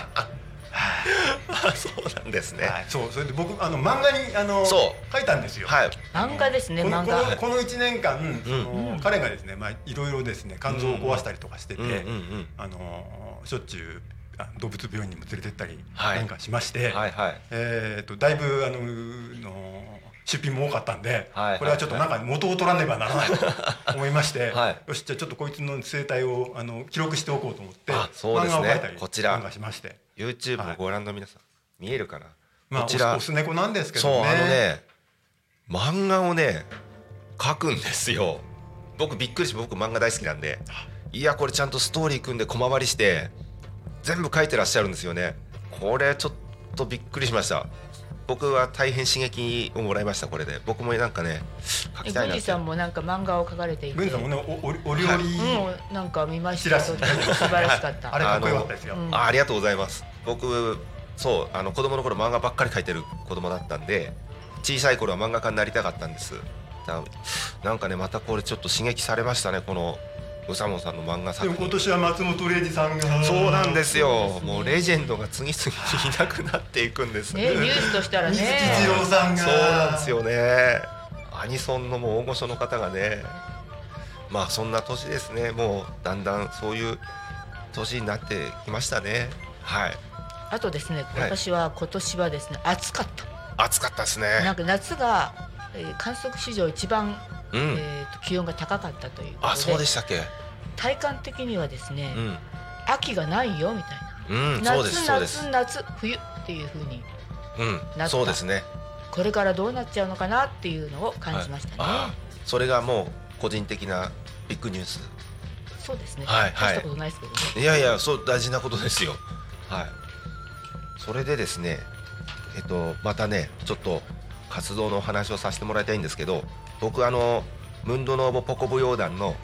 S1: そうなんですね。
S5: それで僕漫画に書いたんですよ。
S3: 漫画ですね。漫画。
S5: この1年間彼がですねいろいろですね肝臓を壊したりとかしてて、しょっちゅう動物病院にも連れてったりなんかしまして、だいぶ出費も多かったんで、これはちょっとなんか元を取らねばならないと思いまして、よしじゃあちょっとこいつの生態を記録しておこうと思って漫画を描いたりなんかしまして、
S1: YouTube をご覧の皆さん見えるかな。
S5: こちらオス猫なんですけどね。
S1: 漫画をね描くんですよ。僕びっくりして、僕漫画大好きなんで、いやこれちゃんとストーリー組んでコマ割りして全部描いてらっしゃるんですよね。これちょっとびっくりしました。僕は大変刺激をもらいました。これで僕もなんかね描きたいなって。
S3: 郡司さんもなんか漫画を描かれていて、
S5: 郡司さんもねお料理
S3: なんか見ましたけど素晴らしかった。
S5: あれかっこよかったですよ。
S1: ありがとうございます。僕子供の頃漫画ばっかり描いてる子供だったんで、小さい頃は漫画家になりたかったんです。なんかねまたこれちょっと刺激されましたね、この宇佐門さんの漫画作品。
S5: でも今年は松本零士さんが。
S1: そうなんですよ。もうレジェンドが次々にいなくなっていくんです。
S3: ニュースとしたらね。
S5: 水木一郎さんが。
S1: そうなんですよね。アニソンのもう大御所の方がね。そんな年ですね。もうだんだんそういう年になってきましたね。
S3: あとですね、今年はですね暑かった。
S1: 暑かったですね。
S3: なんか夏が観測史上一番気温が高かったということで。
S1: そうでしたっけ。
S3: 体感的にはですね、秋がないよみたいな、夏冬っていう風になった。
S1: そうですね。
S3: これからどうなっちゃうのかなっていうのを感じましたね。
S1: それがもう個人的なビッグニュース。
S3: そうですね。大したことないですけどね。
S1: いやいや、そう大事なことですよ。それでですね、またねちょっと活動のお話をさせてもらいたいんですけど、僕ムンドノーボポコ舞踊団の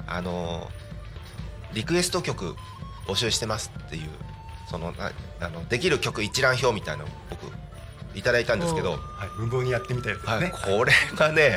S1: リクエスト曲募集してますっていう、できる曲一覧表みたいなのを僕いただいたんですけど、
S5: 無謀にやってみたやつですね。
S1: これがね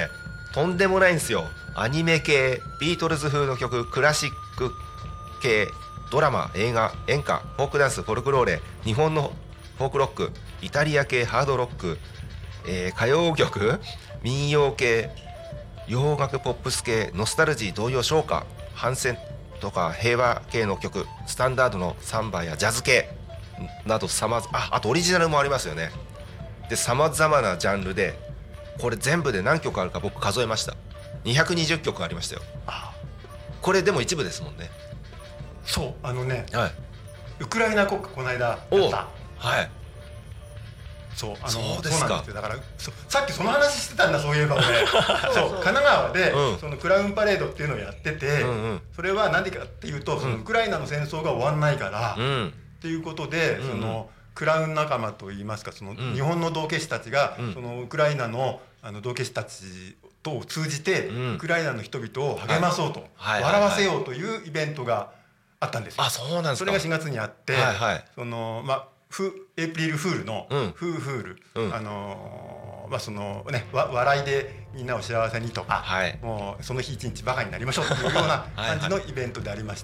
S1: とんでもないんですよ。アニメ系、ビートルズ風の曲、クラシック系、ドラマ、映画、演歌、フォークダンス、フォルクローレ、日本のフォークロック、イタリア系、ハードロック、歌謡曲、民謡系、洋楽、ポップス系、ノスタルジー、童謡、唱歌、反戦とか平和系の曲、スタンダードのサンバやジャズ系などあとオリジナルもありますよね。でさまざまなジャンルで、これ全部で何曲あるか僕数えました。220曲ありましたよ。これでも一部ですもんね。
S5: そう
S1: はい、
S5: ウクライナ国歌この間やった。
S1: はい、
S5: そう
S1: ですか。
S5: そうなんですよ。だからさっきその話してたんだ、そういえば俺そう神奈川で、そのクラウンパレードっていうのをやってて、それは何でかっていうと、そのウクライナの戦争が終わんないから、っていうことで、そのクラウン仲間といいますか、その日本の道化師たちが、そのウクライナの道化師たちと通じて、ウクライナの人々を励まそうと、笑わせようというイベントがあったんですよ。
S1: そうなんですか。
S5: それが4月にあって、そのエイプリルフールのフーフール、そのね、笑いでみんなを幸せにとか、もうその日一日バカになりましょうというような感じのイベントでありまして、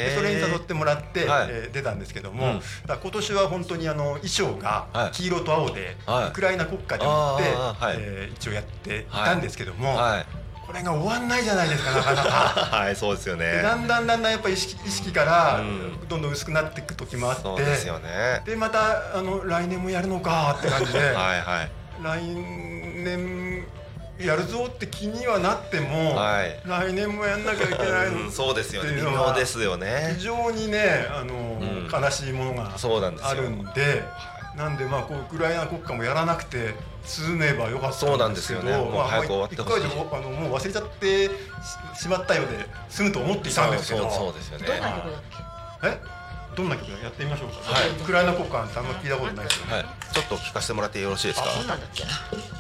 S5: それに誘ってもらって出たんですけども、今年は本当に衣装が黄色と青でウクライナ国歌でもって一応やっていたんですけども、これが終わんないじゃないですか、なかなか。
S1: はい、そうですよね。
S5: だんだんやっぱり意識からどんどん薄くなっていく時もあって、
S1: そうですよね。
S5: でまた来年もやるのかって感じで来年やるぞって気にはなっても、来年もやんなきゃいけないの
S1: そうですよね。微妙ですよね。
S5: 非常にね悲しいものがあるんで、なんでこうウクライナ国歌もやらなくて済めばよかったんですけど、
S1: もう早く終わってほしい。
S5: もう忘れちゃってしまったようで済むと思っていたんですけど。
S1: そうですよね。
S3: どんな曲だっけ？
S5: どんな曲だやってみましょうか。ウクライナ国歌ってあんま聞いたことないですよね。
S1: ちょっと聞かせてもらってよろしいですか。
S3: どんなんだっけな。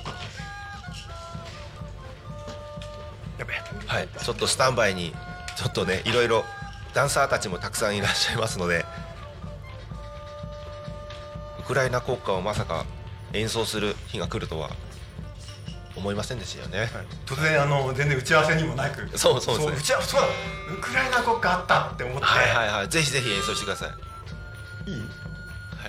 S1: はい、ちょっとスタンバイにちょっとね、いろいろダンサーたちもたくさんいらっしゃいますので、ウクライナ国歌をまさか演奏する日が来るとは思いませんでしたよね。
S5: 突然全然打ち合わせにもなく、
S1: そうですね。
S5: そうだ、ウクライナ国歌あったって思って、
S1: ぜひぜひ演奏してください。
S5: いい？
S1: はい。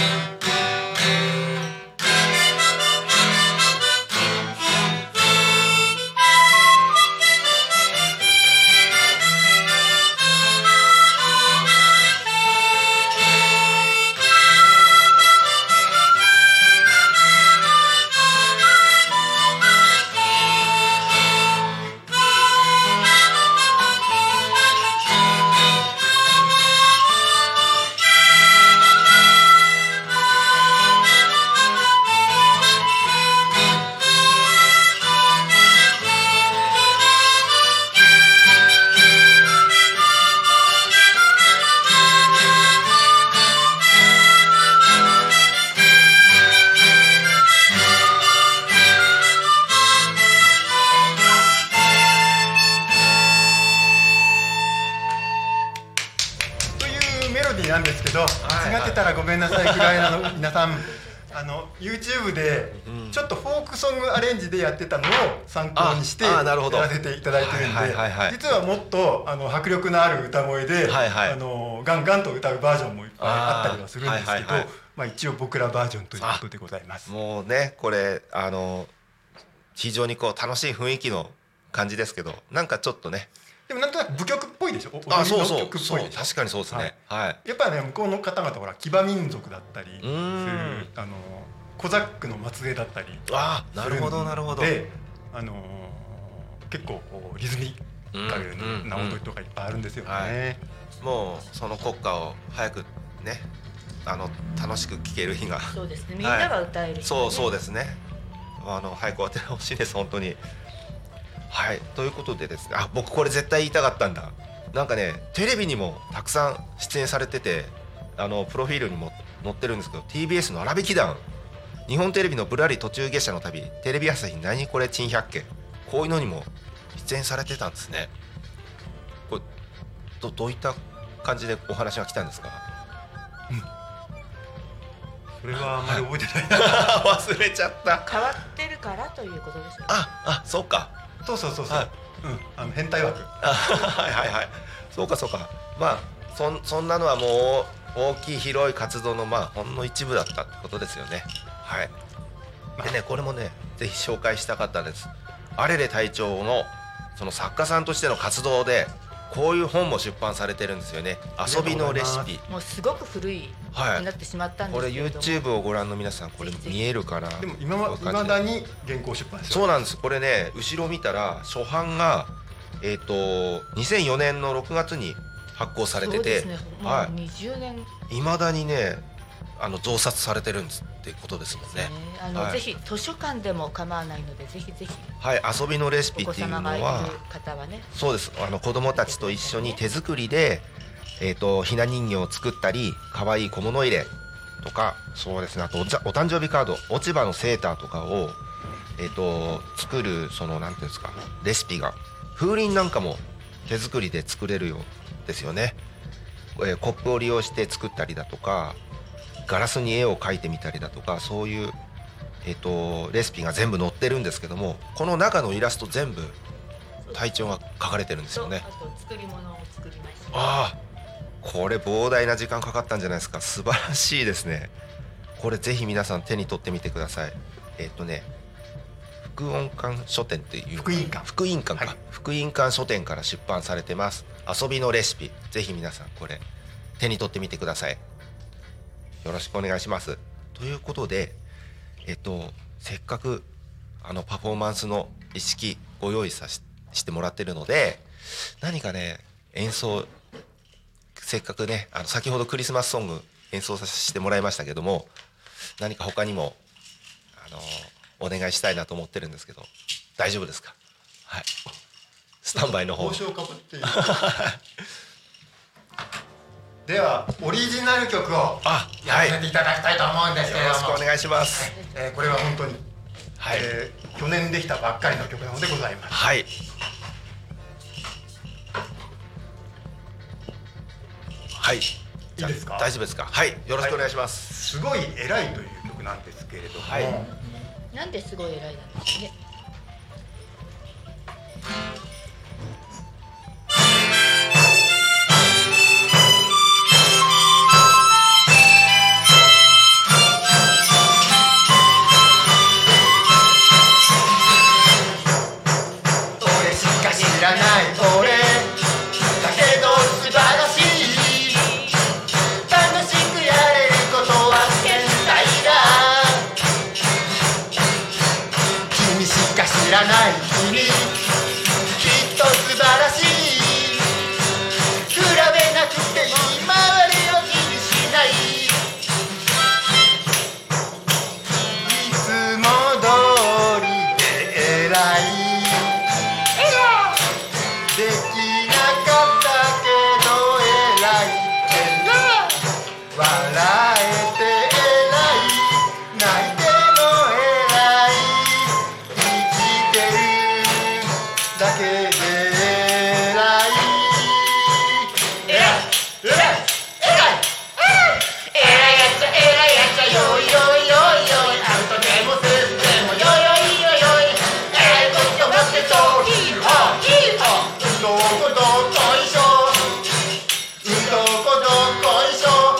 S5: なんですけど、間違ってたらごめんなさい。ウクライナの皆さん、YouTube でちょっとフォークソングアレンジでやってたのを参考にしてやらせていただいてるんで、実はもっと迫力のある歌声でガンガンと歌うバージョンもいっぱいあったりはするんですけど、一応僕らバージョンということでございます。
S1: もうね、これ非常にこう楽しい雰囲気の感じですけど、なんかちょっとね、
S5: でもなんとなく舞曲っぽいでしょ。
S1: そう確かにそうですね。
S5: やっぱね、向こうの方々ほら騎馬民族だったりするコザックの末裔だったりするので、結構こうリズミカルな踊りとかいっぱいあるんですよね。
S1: もうその国歌を早くね、楽しく聴ける日が、
S3: そうですね、みんなが歌える日がね。
S1: そうですね。早く終わってほしいです本当に。はい、ということでですね、僕これ絶対言いたかったんだ。なんかね、テレビにもたくさん出演されてて、プロフィールにも載ってるんですけど、 TBS の荒引き団、日本テレビのぶらり途中下車の旅、テレビ朝日何これ珍百景、こういうのにも出演されてたんですね。これどういった感じでお話が来たんですか？
S5: それはあんまり覚えてない
S1: 忘れちゃった。
S3: 変わってるからということですよね。
S1: そうか。
S5: そう、
S1: はい、
S5: 変態枠。
S1: はいはいはい。そうか。まあそんなのはもう大きい広い活動のほんの一部だったってことですよね。はい。でね、これもねぜひ紹介したかったんです。アレレ隊長のその作家さんとしての活動でこういう本も出版されてるんですよね。遊びのレシピ。
S3: もうすごく古いになってしまったんですけれども、
S1: これ YouTube をご覧の皆さん、これ見えるかな。
S5: でも未だに原稿出版ですよ。
S1: そうなんです。これね、後ろ見たら初版が2004年の6月に発行されてて、
S3: そうですね、もう20年、
S1: 未だにね増刷されてるんですってことですもんね。
S3: ぜひ図書館でも構わないので、ぜひ
S1: はい、遊びのレシピっていうのは、
S3: お子様がいる方はね、
S1: そうです。子供たちと一緒に手作りでひな人形を作ったり、可愛い小物入れとか、そうですね、あとお誕生日カード、落ち葉のセーターとかを作る、そのなんていうんですか、レシピが、風鈴なんかも手作りで作れるようですよね。コップを利用して作ったりだとか、ガラスに絵を描いてみたりだとか、そういうレシピが全部載ってるんですけども、この中のイラスト全部隊長が描かれてるんですよね。
S3: あと作り物を作りました。
S1: これ膨大な時間かかったんじゃないですか。素晴らしいですね。これぜひ皆さん手に取ってみてください。福音館書店っていう、福音館か、はい、福音館書店から出版されてます。遊びのレシピ、ぜひ皆さんこれ手に取ってみてください。よろしくお願いします。ということで、せっかくパフォーマンスの一式ご用意してもらってるので、何かね演奏、せっかくね先ほどクリスマスソング演奏させてもらいましたけども、何か他にもお願いしたいなと思ってるんですけど、大丈夫ですか？はい。スタンバイの方。
S5: 帽子をかぶっている。ではオリジナル曲をやらせていただきたいと思うんですけれども、
S1: よろしくお願いします。
S5: これは本当に、
S1: はい、
S5: 去年できたばっかりの曲なのでございます。
S1: はい。はい。い
S5: いですか？
S1: 大丈夫ですか？はい。よろしくお願いします。
S5: すごい偉いという曲なんですけれども、
S1: はい、
S3: なんですごい偉いなんですね。
S5: 知らない俺だけど素晴らしい、楽しくやれることは天才だ、君しか知らない君、きっと素晴らしい、比べなくていい、周りを気にしない、いつも通りで偉い、できなかったけど偉い、笑えて偉い、泣いても偉い、生きてるだけで偉い、偉い偉い偉い偉いやっちゃ偉いやっちゃよいよいよいよい、アウトでもスープでもよいよいよいよい、偉いこと待ってそうヒーハーヒーハー、どこどこいしょ、どこどこいしょ、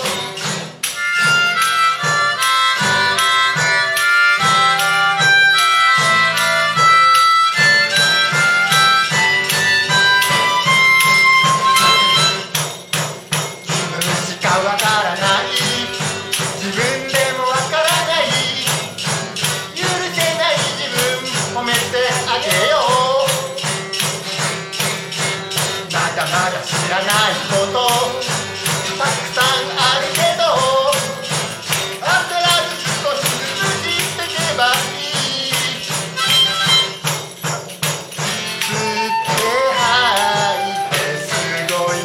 S5: 自分しかわからない、自分でもわからない、許せない自分褒めてあげよう、まだまだ知らないことたくさんあるけど、焦らず少しずつ知ってけばいい、つけはいてすごい、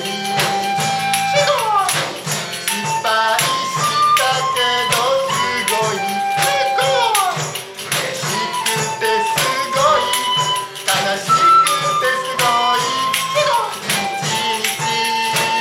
S5: 失敗したけどすごい、嬉しくてすごい、悲しくてすごい、一日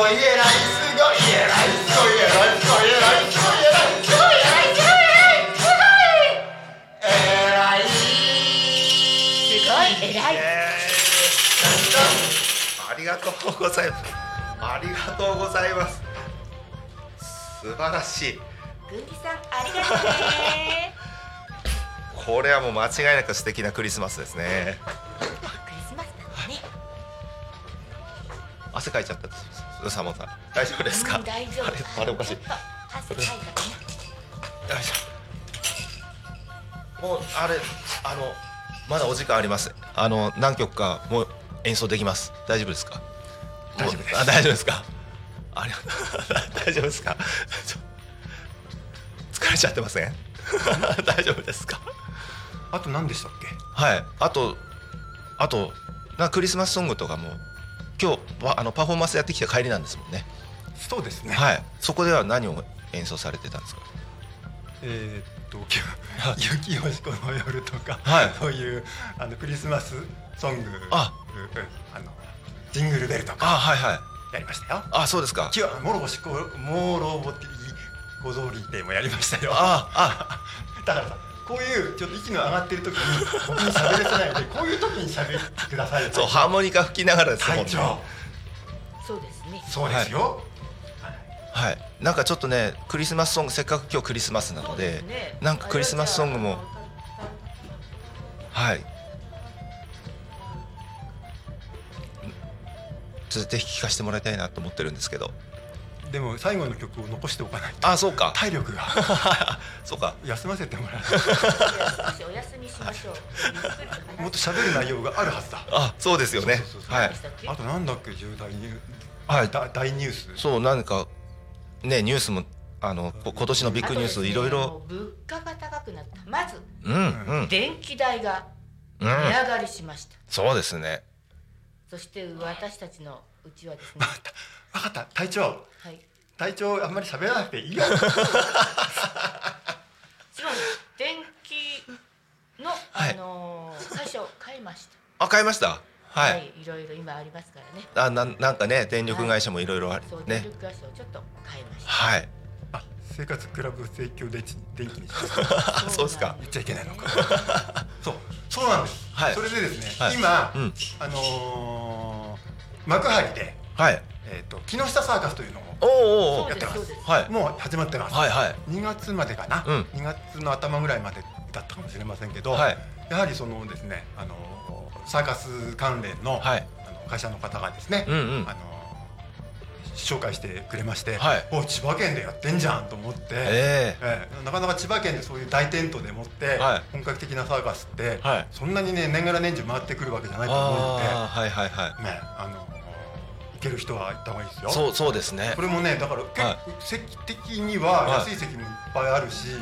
S5: ごい偉いすごい偉いすごい偉いすごい偉いすごい偉いすごい偉いすごい偉い
S3: すごい偉い。
S1: ありがとうございます。ありがとうございます。素晴らしい。
S3: 郡司さんありがとうね。
S1: これはもう間違いなく素敵なクリスマスですね。
S3: クリスマスなんだね。
S1: 汗かいちゃったですサモンさん、大丈夫ですか？
S3: 大丈夫。
S1: あれおかしい。
S3: ちょっと汗かいたか
S1: よいしょ。もうまだお時間あります。何曲かもう演奏できます。大丈夫ですか？
S5: 大丈夫です。
S1: 大丈夫ですか？ありがとう。大丈夫ですか？疲れちゃってません？大丈夫ですか？
S5: あと何でしたっけ？
S1: はい。あとクリスマスソングとかも今日パフォーマンスやってきた帰りなんですもんね。
S5: そうですね。
S1: はい。そこでは何を演奏されてたんですか？
S5: 雪よしこの夜とか、
S1: はい、
S5: そういうクリスマスソング、ジングルベルとか
S1: はいはい
S5: やりましたよ。
S1: あ、そうですか。
S5: 今日はモロボティゴゾーリーテもやりましたよ。だからさ、こういうちょっと息の上がってる時に僕に喋れてないので、こういう時に喋ってください。
S1: そう、ハーモニカ吹きながらですもんね。
S5: 隊長。
S3: そうですね。
S5: そうですよ。
S1: はい、なんかちょっとね、クリスマスソング、せっかく今日クリスマスなので、なんかクリスマスソングもはいぜひ聴かせてもらいたいなと思ってるんですけど。
S5: でも最後の曲を残しておかないと。
S1: あ、そうか。
S5: 体力が
S1: そうか。
S5: 休ませてもらう。
S3: 少しお休みしましょう。
S5: もっと喋る内容があるはずだ。
S1: あ、そうですよね。はい。
S5: あとなんだっけ、重大ニュース。
S1: はい。
S5: 大ニュース。
S1: そう、何かね、ニュースも今年のビッグニュースいろいろ。
S3: 物価が高くなった。まず、電気代が値上がりしました。
S1: そうですね。
S3: そして私たちのうちはですね。
S5: 分かった、隊長。はい。隊長あんまり喋らなくていいよ。
S3: 電気の最初買いました。
S1: あ、買いました。はい。
S3: いろいろ今ありますからね。
S1: なんかね、電力会社もいろいろあるね。
S3: 電力会社をちょっと買いました。
S1: はい。
S5: 生活クラブ提供で電気にします。
S1: そうですか。
S5: 言っちゃいけないのか。そうなんです。それでですね、今幕張で木下サーカスというのをやってます。もう始まってます。2月までかな。2月の頭ぐらいまでだったかもしれませんけど、やはりそのですね、サーカス関連の会社の方がですね、紹介してくれまして、お、千葉県でやってんじゃんと思って、なかなか千葉県でそういう大テントでもって本格的なサーカスってそんなにね、年がら年中回ってくるわけじゃないと思うので、行ける人は行った方がいいですよ。
S1: そうですね。
S5: これもね、だから結構席的には安い席もいっぱいあるし、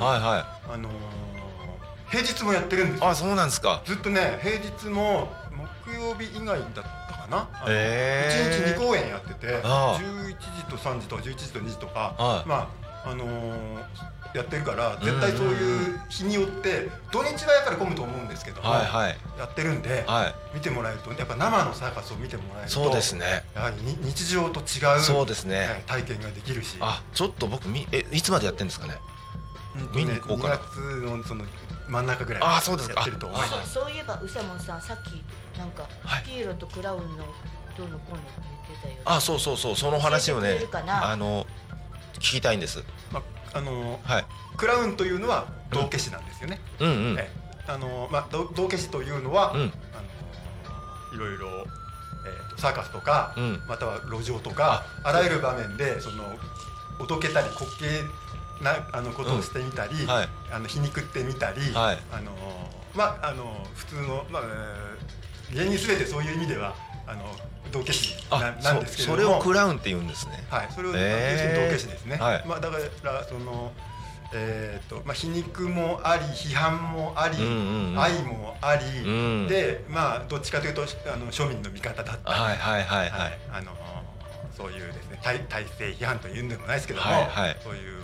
S5: 平日もやってるんですよ。
S1: あ、そうなんですか。
S5: ずっとね、平日も木曜日以外だったかな、1日2公演やってて、11時と3時と11時と2時とか、やってるから、絶対そういう日によって土日はやっぱり混むと思うんですけども、やってるんで、見てもらえると、やっぱ生のサーカスを見てもらえると、そうですね、やはり日常と違う体験ができるし。
S1: ちょっと僕いつまでやってるんですかね。見に行こうかな。
S5: 2月のその真ん中ぐらいやってると思います。
S3: そういえばうさもんさん、さっきなんかピエロとクラウンのどうのこうの言ってたよ。
S1: あ、そう、その話をね、聞きたいんです。
S5: クラウンというのは道化師なんですよね。道化師というのは、いろいろサーカスとか、または路上とか、あらゆる場面でそのおどけたり滑稽なことをしてみたり、皮肉ってみたり、普通の芸人すべてそういう意味では道化師なんですけれども、
S1: それをクラウンって言うんですね。
S5: はい、それを道化師ですね。だからその皮肉もあり、批判もあり、愛もありで、どっちかというと庶民の味方だったり、そういうですね、体制批判というんでもないですけども、そういう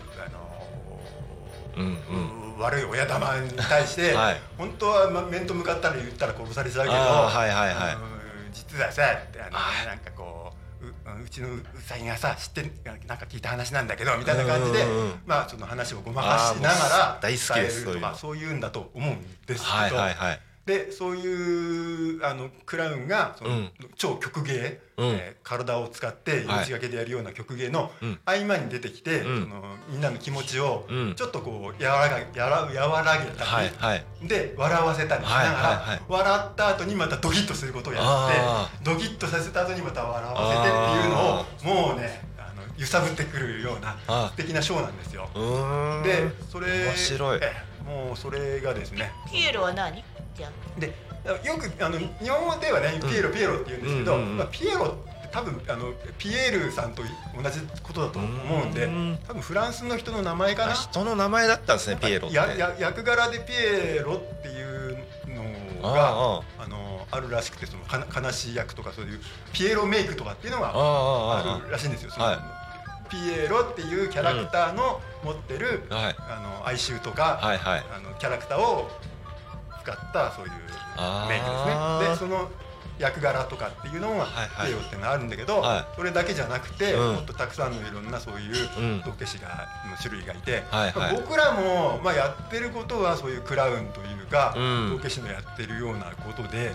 S5: 悪い親玉に対して本当は面と向かったら言ったら殺されちゃうけど、実はさってなんかこううちのうさぎがさ知ってなんか聞いた話なんだけどみたいな感じで、まあその話をごまかしながら
S1: 大好きです
S5: 伝えるとかそういうんだと思うんですけど、
S1: はいはいはい、
S5: でそういうクラウンがその、超曲芸、体を使って命がけでやるような曲芸の合間に出てきて、そのみんなの気持ちをちょっとこう和らげたり、で笑わせたりしながら、笑った後にまたドキッとすることをやってドキッとさせた後にまた笑わせてっていうのをもうね揺さぶってくるような素敵なショーなんですよ。でそれ
S1: 面白い。
S5: もうそれがですね、
S3: ピエロは何？
S5: でよく日本語ではねピエロって言うんですけど、ピエロって多分ピエールさんと同じことだと思うんで、多分フランスの人の名前かな。
S1: 人の名前だったんですね、ピエロって。
S5: 役柄でピエロっていうのがあるらしくて、その悲しい役とかそういうピエロメイクとかっていうのがあるらしいんですよ。ピエロっていうキャラクターの持ってる哀愁とかキャラクターを使ったそういうメイクですね。でその役柄とかっていうのがピエロっていうのがあるんだけど、それだけじゃなくてもっとたくさんのいろんなそういう道化師の種類がいて、僕らもまあやってることはそういうクラウンというか道化師のやってるようなことで、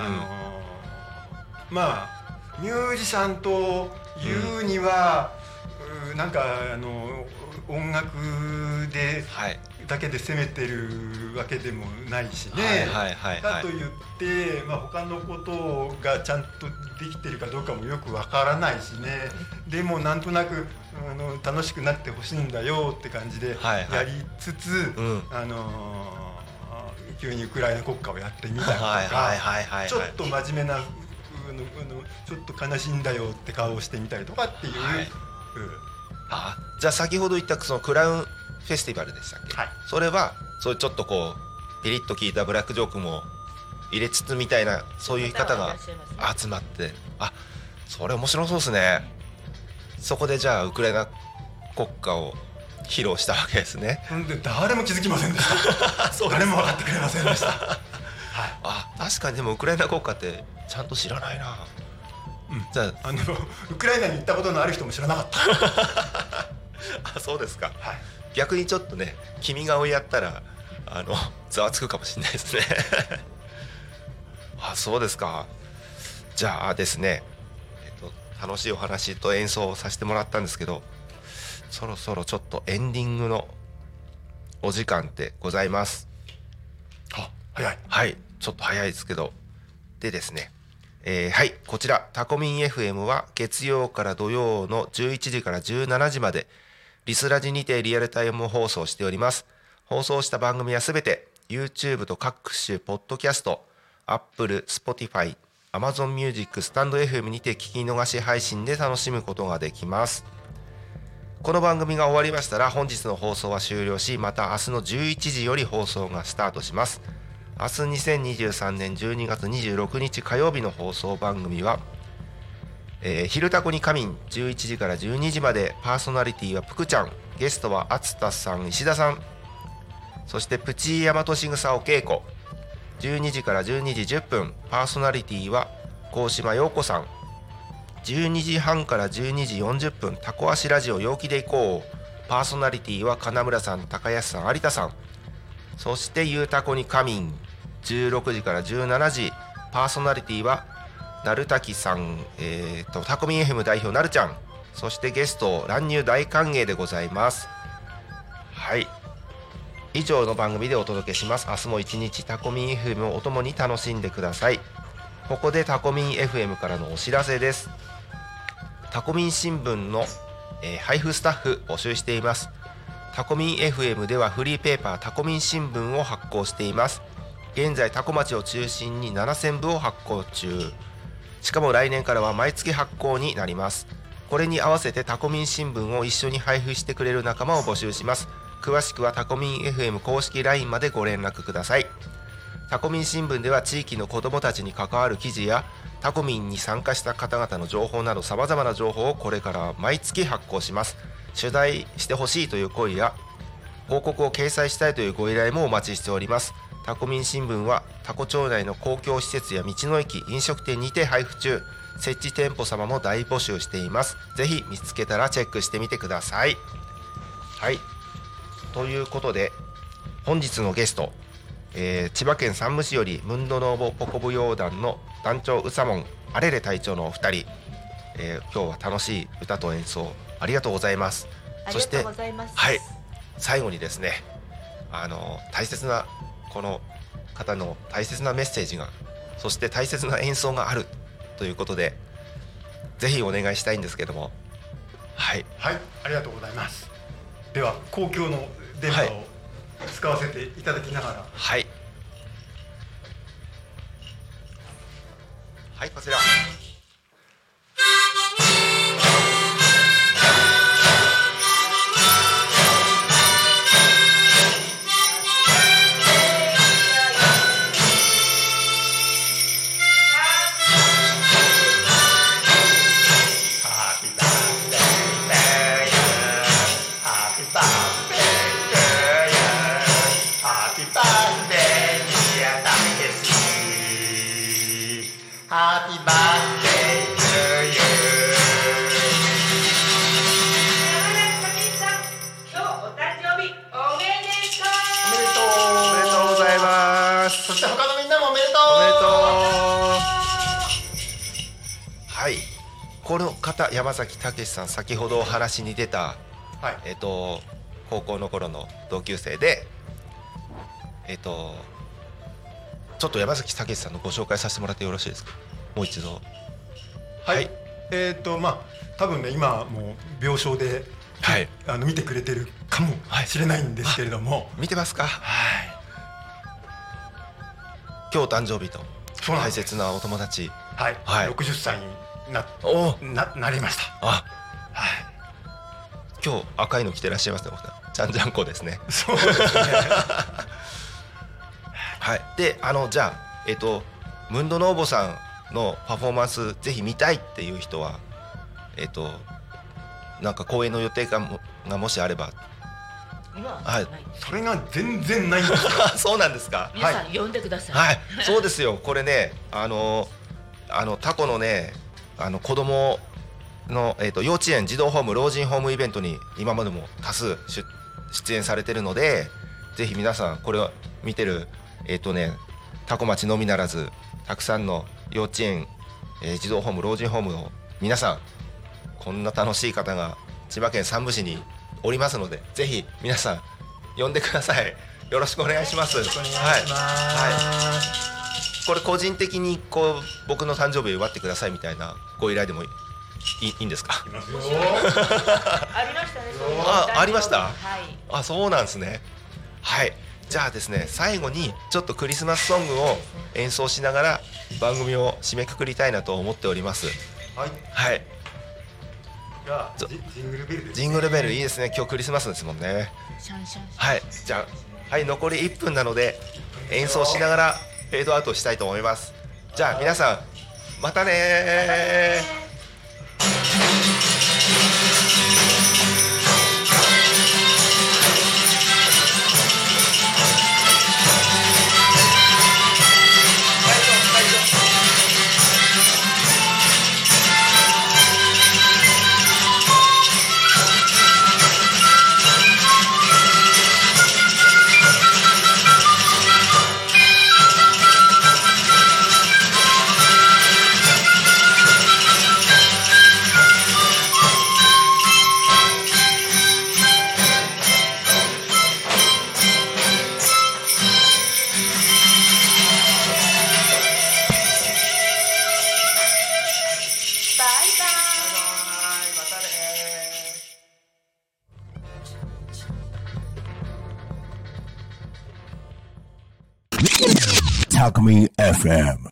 S5: まあミュージシャンというにはなんか音楽でだけで攻めてるわけでもないしね。かといって、まあ、他のことがちゃんとできてるかどうかもよくわからないしね。でもなんとなく楽しくなってほしいんだよって感じでやりつつ、急にウクライナ国歌をやってみたりとか、ちょっと真面目なちょっと悲しいんだよって顔をしてみたりとかっていう。
S1: じゃあ先ほど言ったそのクラウンフェスティバルでしたっけ、それはそういうちょっとこうピリッと効いたブラックジョークも入れつつみたいなそういう方が集まって、それ面白そうですね。そこでじゃあウクライナ国歌を披露したわけですね。
S5: で誰も気づきませんでした誰も分かってくれませんでした
S1: 確かに。でもウクライナ国歌ってちゃんと知らないな。じゃあ
S5: ウクライナに行ったことのある人も知らなかった
S1: そうですか。逆にちょっとね君が追いやったらざわつくかもしれないですねそうですか。じゃあですね、楽しいお話と演奏をさせてもらったんですけど、そろそろちょっとエンディングのお時間ってございます。
S5: 早い。
S1: はい、ちょっと早いですけど、でですね、こちらタコミン FM は月曜から土曜の11時から17時までリスラジにてリアルタイム放送しております。放送した番組はすべて YouTube と各種ポッドキャスト、Apple、Spotify、Amazon Music、スタンド FM にて聞き逃し配信で楽しむことができます。この番組が終わりましたら本日の放送は終了し、また明日の11時より放送がスタートします。明日2023年12月26日火曜日の放送番組は、昼タコに仮眠11時から12時まで、パーソナリティはぷくちゃん、ゲストはあつたさん、石田さん、そしてプチヤマトシグサお稽古12時から12時10分、パーソナリティは高島陽子さん、12時半から12時40分、タコ足ラジオ陽気でいこう、パーソナリティは金村さん、高安さん、有田さん、そしてゆうたこに仮眠16時から17時、パーソナリティはなるたきさん、タコミン FM 代表なるちゃん、そしてゲスト乱入大歓迎でございます。はい、以上の番組でお届けします。明日も一日タコミン FM をお供に楽しんでください。ここでタコミン FM からのお知らせです。タコミン新聞の、配布スタッフ募集しています。タコミン FM ではフリーペーパータコミン新聞を発行しています。現在タコ町を中心に7000部を発行中。しかも来年からは毎月発行になります。これに合わせてタコミン新聞を一緒に配布してくれる仲間を募集します。詳しくはタコミン FM 公式 LINE までご連絡ください。タコミン新聞では地域の子どもたちに関わる記事やタコミンに参加した方々の情報などさまざまな情報をこれから毎月発行します。取材してほしいという声や広告を掲載したいというご依頼もお待ちしております。タコミン新聞はタコ町内の公共施設や道の駅、飲食店にて配布中。 設置店舗様も大募集しています。ぜひ見つけたらチェックしてみてください。はい、ということで本日のゲスト、千葉県山武市よりムンドノーボポコ舞踊団の団長うさもんあれれ隊長のお二人、今日は楽しい歌と演奏ありがとうございます。そしてはい、最後にですね、大切なこの方の大切なメッセージが、そして大切な演奏があるということで、ぜひお願いしたいんですけども。はい、
S5: はい、ありがとうございます。では公共の電波を使わせていただきながら、
S1: はい、はい、こちら。この方、山崎武さん、先ほどお話に出た、はい、高校の頃の同級生で、ちょっと山崎武さんのご紹介させてもらってよろしいですか。もう一度。
S5: はい、まあ多分ね、今もう病床で、はい、見てくれてるかもしれないんですけれども、
S1: 見てますか。はい、今日誕生日と大切なお友達、
S5: はい、はい、60歳になりました。あ、はい、
S1: 今日赤いの着てらっしゃいますね。ちゃんじゃんこですね。
S5: そうですね。
S1: はい、でじゃあムンドノーボさんのパフォーマンスぜひ見たいっていう人はなんか公演の予定がもしあれば。
S3: はい、
S5: それが全然ないんですか。
S1: そうなんですか。
S3: 皆さん呼んでください。
S1: はい、そうですよ。これね、タコのね、子供の、幼稚園、児童ホーム、老人ホームイベントに今までも多数出演されてるので、ぜひ皆さんこれを見てるタコ町のみならずたくさんの幼稚園、児童ホーム、老人ホームの皆さん、こんな楽しい方が千葉県山武市におりますので、ぜひ皆さん呼んでください。よろしくお願いします。これ個人的に僕の誕生日を祝ってくださいみたいなご依頼でもいいんですか。
S3: ありましたね。
S1: ありました。
S3: はい、
S1: あ、そうなんですね。はい、じゃあですね、最後にちょっとクリスマスソングを演奏しながら番組を締めくくりたいなと思っております。
S5: はい、
S1: はい、
S5: じゃあジングルベルですね。
S1: ジングルベルいいですね。今日クリスマスですもんね。はい、じゃあ、はい、残り1分なので演奏しながらフェードアウトしたいと思います。じゃあ皆さんまたねー。
S4: Talk Me FM